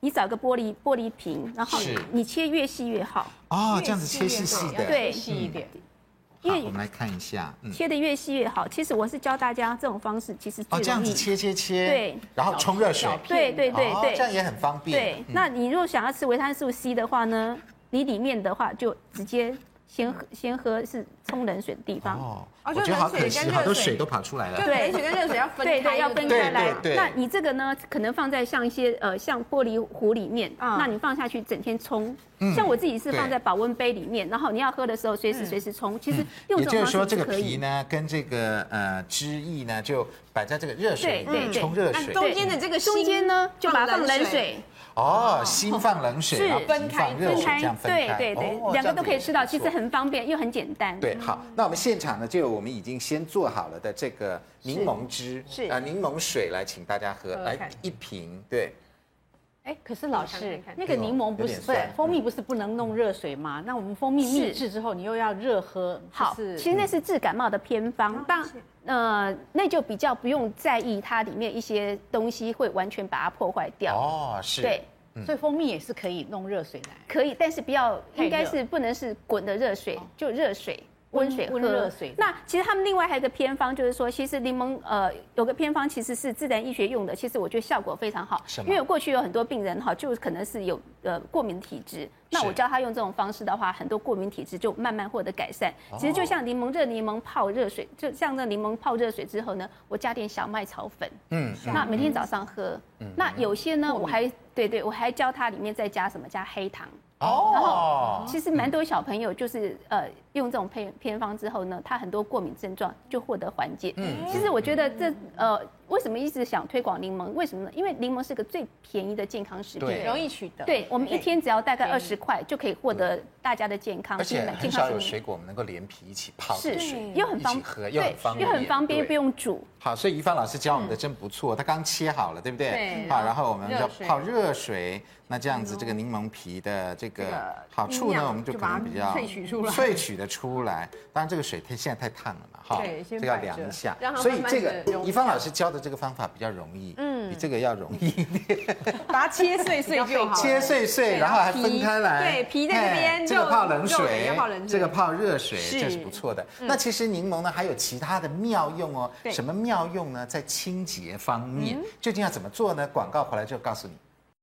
你找个玻璃玻璃瓶，然后你切越细越好。 哦，这样子切细细的， 对， 细一点。 因为我们来看一下， 切的越细越好。其实我是教大家这种方式，其实哦这样子切切切， 对， 然后冲热水， 对对对对， 这样也很方便。 对，那你如果想要吃维他素 C 的话呢，你里面的话就直接先喝先喝是冲冷水的地方。 哦，我觉得好可惜，好多水都跑出来了。 对，冷水跟热水要分开， 对对，要分开来。 对， 那你这个呢，可能放在像一些呃像玻璃壶里面，那你放下去整天冲。像我自己是放在保温杯里面，然后你要喝的时候随时随时冲。其实用这种方式可以。 也就是说，这个皮呢跟这个呃汁液呢就摆在这个热水里面冲热水， 中间的这个中间呢就把它放冷水。 哦，心放冷水，然后分开分开，这样分开， 对对对，两个都可以吃到，其实很方便又很简单。 对，好，那我们现场呢就有我们已经先做好了的这个柠檬汁， 是啊柠檬水来请大家喝，来一瓶，对。 哎，可是老师，那个柠檬不是不是蜂蜜不是不能弄热水吗？那我们蜂蜜秘制之后，你又要热喝， 好，其实那是治感冒的偏方，当呃那就比较不用在意它里面一些东西会完全把它破坏掉。 哦，是， 对， 所以蜂蜜也是可以弄热水来， 可以，但是不要，应该是不能是滚的热水，就热水。温水喝，热水。那其实他们另外还有一个偏方，就是说，其实柠檬呃有个偏方其实是自然医学用的，其实我觉得效果非常好。因为过去有很多病人哈，就可能是有呃过敏体质，那我教他用这种方式的话，很多过敏体质就慢慢获得改善。其实就像柠檬热柠檬泡热水，就像这柠檬泡热水之后呢，我加点小麦草粉，嗯，那每天早上喝。那有些呢，我还对对，我还教他里面再加什么，加黑糖。哦，然后其实蛮多小朋友就是呃用这种偏偏方之后呢，他很多过敏症状就获得缓解。嗯，其实我觉得这呃为什么一直想推广柠檬？为什么呢？因为柠檬是个最便宜的健康食品， 容易取得。 对，我们一天只要大概二十块就可以获得大家的健康。 而且很少有水果我们能够连皮一起泡水， 又很方喝，又很方便， 又很方便，不用煮。 好，所以怡芳老师教我们的真不错，他刚切好了，对不对？ 对。 好，然后我们要泡热水，那这样子这个柠檬皮的这个好处呢，我们就可能比较萃取出来， 萃取的出来。当然这个水太现在太烫了嘛，哈， 对， 这要凉一下。所以这个怡芳老师教的这个方法比较容易，嗯，比这个要容易一点。 把它切碎碎就好， 切碎碎，然后还分开来。 对，皮在这边， 这个泡冷水，这个泡热水，这是不错的。那其实柠檬呢还有其他的妙用哦，什么妙用呢？在清洁方面，究竟要怎么做呢？广告回来就告诉你。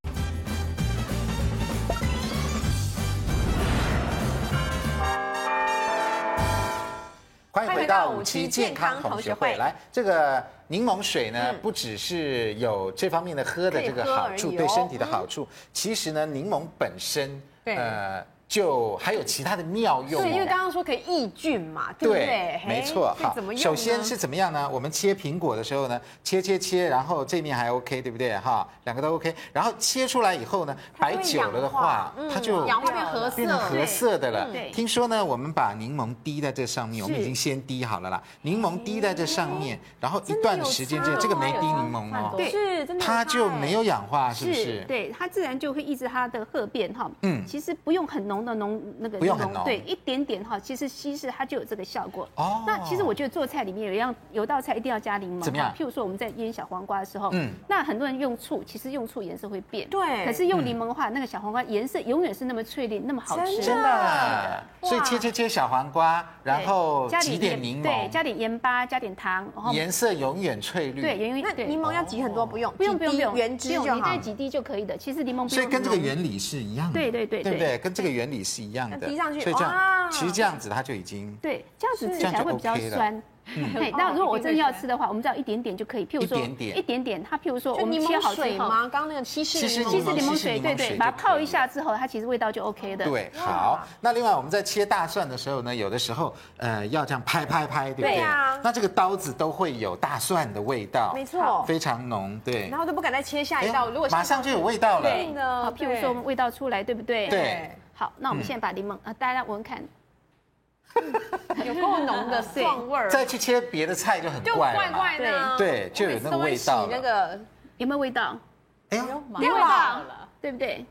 欢迎回到五期健康同学会。来，这个柠檬水呢，不只是有这方面的喝的这个好处，对身体的好处，其实呢，柠檬本身，呃。就还有其他的妙用， 对，因为刚刚说可以抑菌嘛，对不对？ 没错。好， 怎么用？ 首先是怎么样呢？我们切苹果的时候呢，切切切，然后这面还 OK， 对不对？哈，两个都 OK。然后切出来以后呢，摆久了的话，它就氧化变褐色， 变成褐色的了。听说呢，我们把柠檬滴在这上面，我们已经先滴好了啦。柠檬滴在这上面，然后一段时间之后，这个没滴柠檬哦， 对， 是真的， 它就没有氧化，是不是？ 对，它自然就会抑制它的褐变哈。嗯，其实不用很浓的浓那个。 不用很浓， 对，一点点哈，其实稀释它就有这个效果。哦，那其实我觉得做菜里面有一样，有道菜一定要加柠檬。 怎么样？ 譬如说我们在腌小黄瓜的时候，嗯，那很多人用醋，其实用醋颜色会变。 对。 可是用柠檬的话，那个小黄瓜颜色永远是那么翠绿，那么好吃。 真的。所以切切切小黄瓜，然后挤点柠檬， 对，加点盐巴，加点糖，然后颜色永远翠绿。 对，永远。 那柠檬要挤很多，不用， 不用，不用，不用， 原汁就好， 你带几滴就可以的。其实柠檬不用。 所以跟这个原理是一样的。 对对对， 对不对？跟这个原理是一样的。 滴上去， 所以这样，其实这样子它就已经对，这样子吃起来会比较酸。对，那如果我真的要吃的话，我们只要一点点就可以。譬如说一点点，一点点。它譬如说我们切好之后吗？刚刚那个稀释稀释柠檬水，对对，把它泡一下之后，它其实味道就 OK 的。 对，好。那另外我们在切大蒜的时候呢，有的时候呃要这样拍拍拍，对不对？对啊。那这个刀子都会有大蒜的味道， 没错， 非常浓，对。 然后都不敢再切下一道，如果马上就有味道了。 对的。好，譬如说我们味道出来，对不对？ 对。 好，那我们现在把柠檬啊，大家闻看。 有够浓的蒜味儿， 再去切别的菜就很怪了， 怪怪的， 对，就有那个味道。 那个有没有味道？ 哎呦， 没有味道了， 对不对？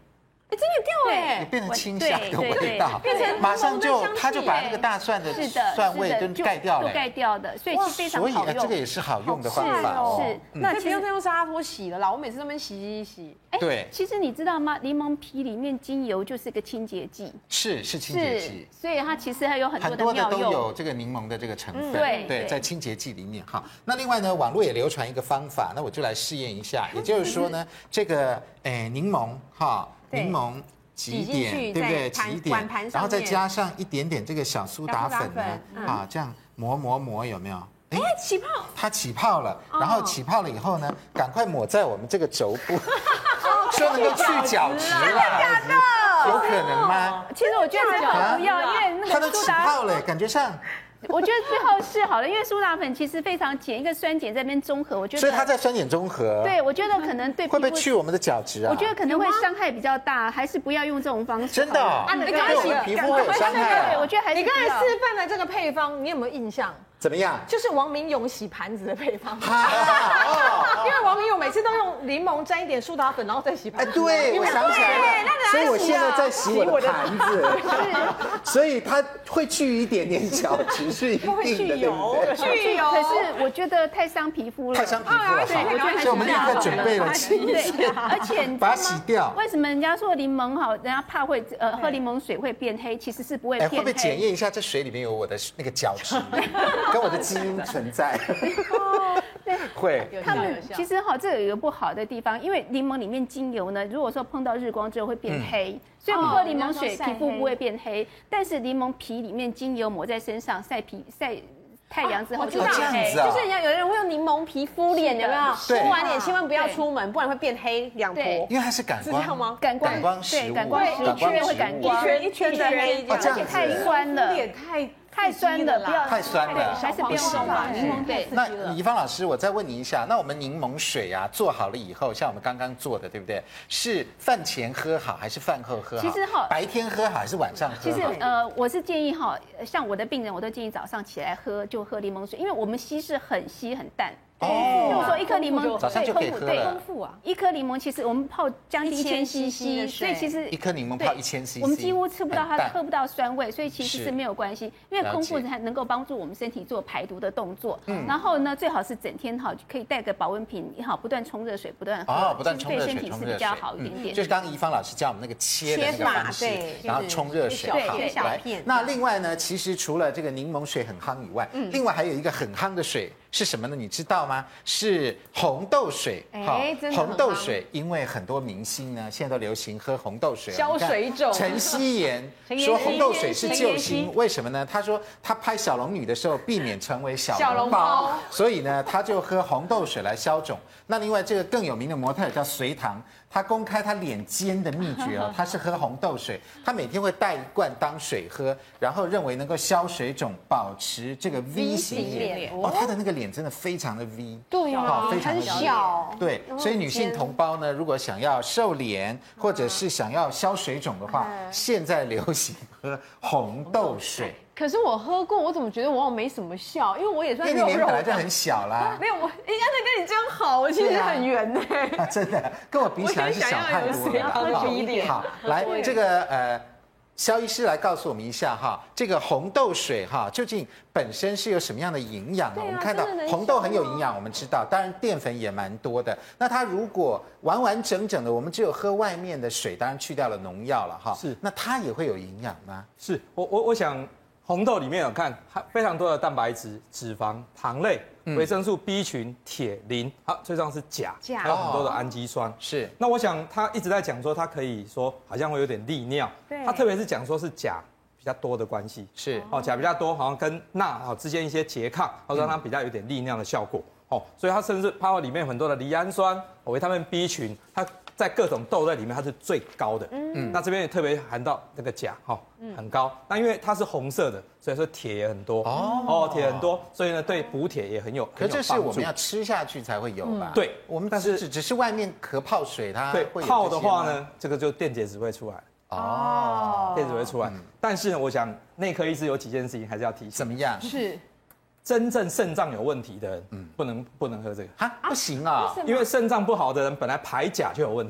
哎，真的掉哎， 也变成清香的味道， 变成马上就它就把那个大蒜的蒜味都盖掉了， 都盖掉的，所以是非常好用。 所以这个也是好用的方法哦。 是， 那不用再用沙拉拖洗了啦，我每次都在那边洗洗洗。 对， 其实你知道吗？柠檬皮里面精油就是个清洁剂， 是是清洁剂， 所以它其实还有很多的妙用， 很多的都有这个柠檬的这个成分， 对对，在清洁剂里面哈。那另外呢，网络也流传一个方法，那我就来试验一下，也就是说呢，这个诶柠檬哈，柠檬。挤一点，对不对？挤一点，然后再加上一点点这个小苏打粉呢，啊，这样磨磨磨，有没有？ 哎，起泡， 它起泡了，然后起泡了以后呢，赶快抹在我们这个肘部，说能够去角质了， 假的？ 有可能吗？ 其实我觉得最好不要，因为那个它都起泡了，感觉上。 我觉得最后是好了，因为苏打粉其实非常碱，一个酸碱在那边中和，我觉得。 所以它在酸碱中和。 对，我觉得可能对会不会去我们的角质啊？ 我觉得可能会伤害比较大，还是不要用这种方式。 真的？啊， 你对我们皮肤会有伤害。 对，我觉得还是。 你刚才示范的这个配方，你有没有印象？ 怎么样？ 就是王明勇洗盘子的配方。因为王明勇每次都用柠檬沾一点苏打粉，然后再洗盘子。 哎，对，我想起来了。所以我现在在洗我的盘子。是。所以它会去一点点角质，是一定的，对不对？ 去油。 可是我觉得太伤皮肤了。 太伤皮肤了。 对，我觉得还是。 所以我们立刻准备了清洁， 而且把它洗掉。 为什么人家说柠檬好，人家怕会呃喝柠檬水会变黑，其实是不会变黑。 会不会检验一下这水里面有我的那个角质？跟我的基因存在， 对， 会。 他们其实哈，这有一个不好的地方，因为柠檬里面精油呢，如果说碰到日光之后会变黑，所以我们喝柠檬水皮肤不会变黑，但是柠檬皮里面精油抹在身上晒皮晒。太阳之后就变黑， 就是人家有的人会用柠檬皮敷脸，有没有？敷完脸千万不要出门，不然会变黑两坨。 因为它是感光， 是这样吗？ 感光， 感光食物， 感光食物，一圈会感光， 一圈一圈的黑， 而且太酸了， 脸太。 太酸了，不要太酸了， 还是不要用吧。柠檬太刺激了。 那怡芳老师，我再问你一下，那我们柠檬水啊，做好了以后，像我们刚刚做的，对不对？是饭前喝好还是饭后喝好？ 其实哈， 白天喝好还是晚上喝好？ 其实呃，我是建议哈，像我的病人，我都建议早上起来喝就喝柠檬水，因为我们稀释很稀很淡。哦，比如说一颗柠檬， 早上就可以喝了。 丰富啊！一颗柠檬其实我们泡将近一千 C C， 所以其实一颗柠檬泡一千 C C， 我们几乎吃不到它，喝不到酸味，所以其实是没有关系。因为空腹才能够帮助我们身体做排毒的动作。嗯。然后呢，最好是整天哈可以带个保温瓶，好不断冲热水，不断喝。 哦，不断冲热水， 对身体是比较好一点点。 就是刚刚怡芳老师教我们那个切的那个方式，然后冲热水， 好来。 那另外呢，其实除了这个柠檬水很夯以外，另外还有一个很夯的水。是什么呢？你知道吗？是红豆水。 哎，真的红豆水，因为很多明星呢，现在都流行喝红豆水， 消水肿。 陈希妍说红豆水是救星，为什么呢？他说他拍小龙女的时候，避免成为小笼包，所以呢，他就喝红豆水来消肿。那另外这个更有名的模特叫隋棠。他公开他脸尖的秘诀哦，他是喝红豆水，他每天会带一罐当水喝，然后认为能够消水肿，保持这个 V 型脸。哦，他的那个脸真的非常的 V， 对啊， 非常的小。 对，所以女性同胞呢，如果想要瘦脸或者是想要消水肿的话，现在流行喝红豆水。 可是我喝过，我怎么觉得我好像没什么效？因为我也算肉肉的。因为你脸本来就很小啦。 没有，我哎，那跟你真好，我其实很圆呢。 啊，真的，跟我比起来是小太多了。好，来这个呃，肖医师来告诉我们一下哈，这个红豆水哈，究竟本身是有什么样的营养呢？我们看到红豆很有营养，我们知道，当然淀粉也蛮多的。那它如果完完整整的，我们只有喝外面的水，当然去掉了农药了哈。是，那它也会有营养吗？ 是我我我想。红豆里面有看非常多的蛋白质、脂肪、糖类、维生素 B 群、铁、磷，好，最重要是钾，还有很多的氨基酸。是，那我想他一直在讲说，他可以说好像会有点利尿，他特别是讲说是钾比较多的关系，是哦，钾比较多，好像跟钠哦之间一些拮抗，或者让它比较有点利尿的效果。哦，所以它甚至包括里面很多的赖氨酸、维他命 B 群，它在各种豆类里面它是最高的。嗯，那这边也特别含到那个钾，哈，很高。那因为它是红色的，所以说铁也很多。哦，哦，铁很多，所以呢对补铁也很有。 可这是我们要吃下去才会有吧？ 对， 我们但是只只是外面壳泡水，它对会泡的话呢，这个就电解质会出来。哦，电解质会出来。但是呢，我想内科医师有几件事情还是要提醒。 怎么样？ 是。 真正肾脏有问题的人，嗯，不能不能喝这个啊，不行啊， 因为肾脏不好的人本来排钾就有问题了。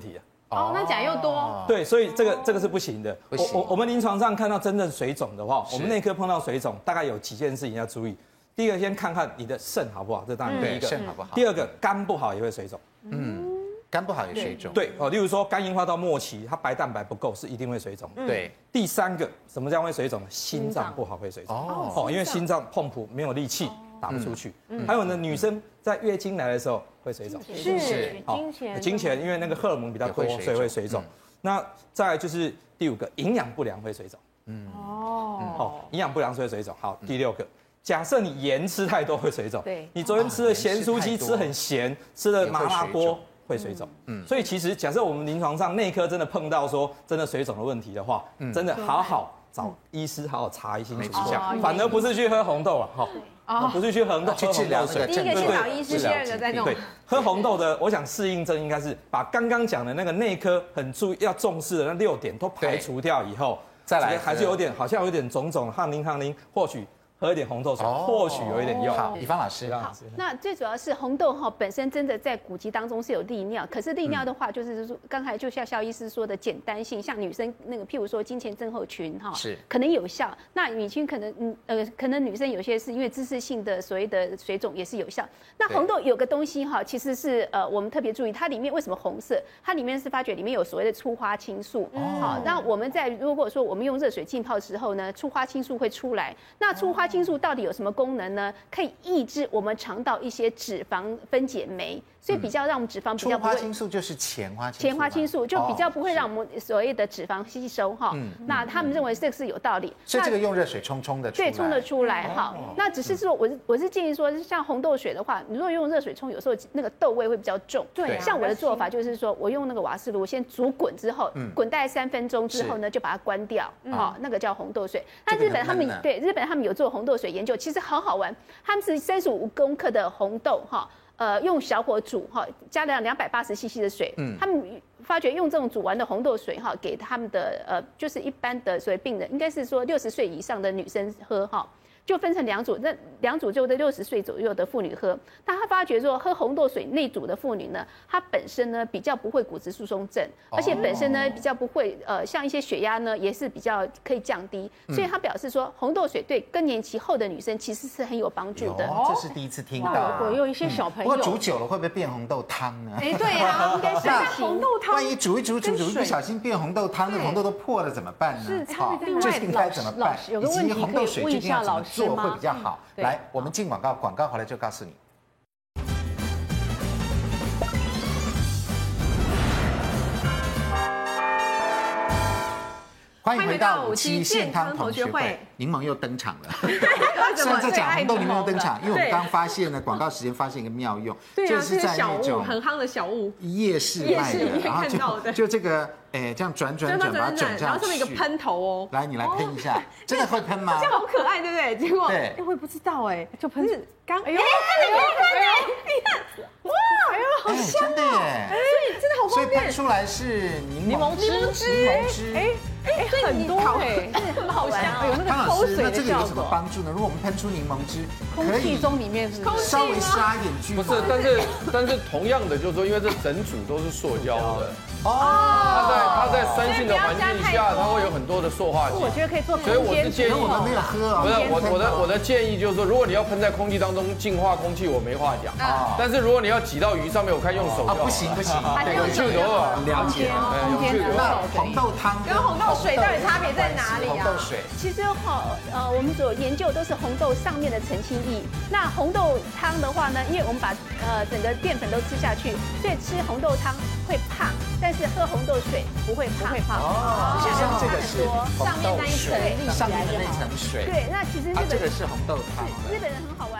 哦，那钾又多。 对，所以这个这个是不行的。 不行。 我我们临床上看到真正水肿的话，我们内科碰到水肿，大概有几件事情要注意。第一个，先看看你的肾好不好，这当然第一个。 肾好不好？ 第二个，肝不好也会水肿。 嗯。肝不好也水肿， 对哦，例如说肝硬化到末期，它白蛋白不够，是一定会水肿。 对， 第三个，什么叫会水肿？心脏不好会水肿。哦，哦，因为心脏碰谱没有力气，打不出去。还有呢，女生在月经来的时候会水肿。 是，经前， 经前，因为那个荷尔蒙比较多，所以会水肿。那再来就是第五个，营养不良会水肿。嗯，哦，哦，营养不良是会水肿。好，第六个。假设你盐吃太多会水肿，对，你昨天吃的咸酥鸡吃很咸，吃了麻辣锅。会水肿，嗯，所以其实假设我们临床上内科真的碰到说真的水肿的问题的话，嗯，真的好好找医师好好查清楚一下，反而不是去喝红豆啊，哈，不是去喝红豆， 去治疗水。 第一个去找医师，第二个再弄。对， 喝红豆的，我想适应症应该是把刚刚讲的那个内科很注意要重视的那六点都排除掉以后，再来还是有点好像有点肿肿，汗淋汗淋，或许。喝一点红豆水，或许有一点用。 好，以芳老师。 好，那最主要是红豆哈本身真的在古籍当中是有利尿，可是利尿的话，就是说刚才就像肖医师说的简单性，像女生那个譬如说经前症候群哈，是可能有效。那女性可能嗯呃可能女生有些是因为姿势性的所谓的水肿也是有效。那红豆有个东西哈，其实是呃我们特别注意，它里面为什么红色？它里面是发觉里面有所谓的粗花青素。好，那我们在如果说我们用热水浸泡之后呢，粗花青素会出来。那粗花青素到底有什么功能呢？可以抑制我们肠道一些脂肪分解酶，所以比较让我们脂肪比较不会。 粗花青素就是前花青素。 前花青素就比较不会让我们所谓的脂肪吸收哈。那他们认为这个是有道理。 所以这个用热水冲冲的出来。 对，冲得出来哈。那只是说，我是我是建议说，像红豆水的话，你如果用热水冲，有时候那个豆味会比较重。对。像我的做法就是说，我用那个瓦斯炉先煮滚之后，滚大概三分钟之后呢，就把它关掉。哦，那个叫红豆水。那日本他们对日本他们有做红豆水研究，其实很好玩。他们是三十五公克的红豆哈，呃，用小火煮哈，加了两百八十 C C 的水。嗯，他们发觉用这种煮完的红豆水哈，给他们的呃，就是一般的所谓病人，应该是说六十岁以上的女生喝哈。就分成两组，那两组就在六十岁左右的妇女喝。那他发觉说，喝红豆水那组的妇女呢，她本身呢比较不会骨质疏松症，而且本身呢比较不会呃，像一些血压呢也是比较可以降低。所以他表示说，红豆水对更年期后的女生其实是很有帮助的。 这是第一次听到。 我有一些小朋友， 不过煮久了会不会变红豆汤呢？ 哎，对呀，应该是红豆汤。 万一煮一煮煮煮不小心变红豆汤，那红豆都破了怎么办呢？ 是，好， 这应该怎么办？以及红豆水究竟要怎么做会比较好？来，我们进广告，广告回来就告诉你。欢迎回到五期健康同学会，柠檬又登场了。虽然在讲红豆，柠檬又登场，因为我们刚发现呢，广告时间发现一个妙用， 就是在那种很夯的小物夜市卖的，然后就就这个。哎，这样转转转，把它转这样， 然后上面一个喷头哦。 来，你来喷一下，真的会喷吗？ 这样好可爱，对不对？结果， 对， 我也不知道哎，就喷是刚，哎呦， 哎， 你看，哇，哎呦，好香真的耶！ 所以真的好方便。 所以喷出来是柠檬汁， 柠檬汁，哎哎，很多哎，好香，有那个抠水的效果。那这个有什么帮助呢？如果我们喷出柠檬汁， 空气中里面是稍微杀一点菌。 不是，但是但是同样的，就是说，因为这整组都是塑胶的。哦，它在它在酸性的环境下，它会有很多的塑化剂。 我觉得可以做空间。 所以我是建议我们没有喝啊。 不是我我的我的建议就是说，如果你要喷在空气当中净化空气，我没话讲啊。但是如果你要挤到鱼上面，我看用手就好。 不行不行， 有趣的哦， 了解。 有趣的。 那红豆汤跟红豆水到底差别在哪里啊？ 红豆水其实哈呃我们所研究都是红豆上面的澄清液。那红豆汤的话呢，因为我们把呃整个淀粉都吃下去，所以吃红豆汤会胖。但是喝红豆水不会胖，不会胖哦。就像这个是上面那一层， 上面的那层水。 对，那其实日本这个是红豆汤。 日本人很好玩。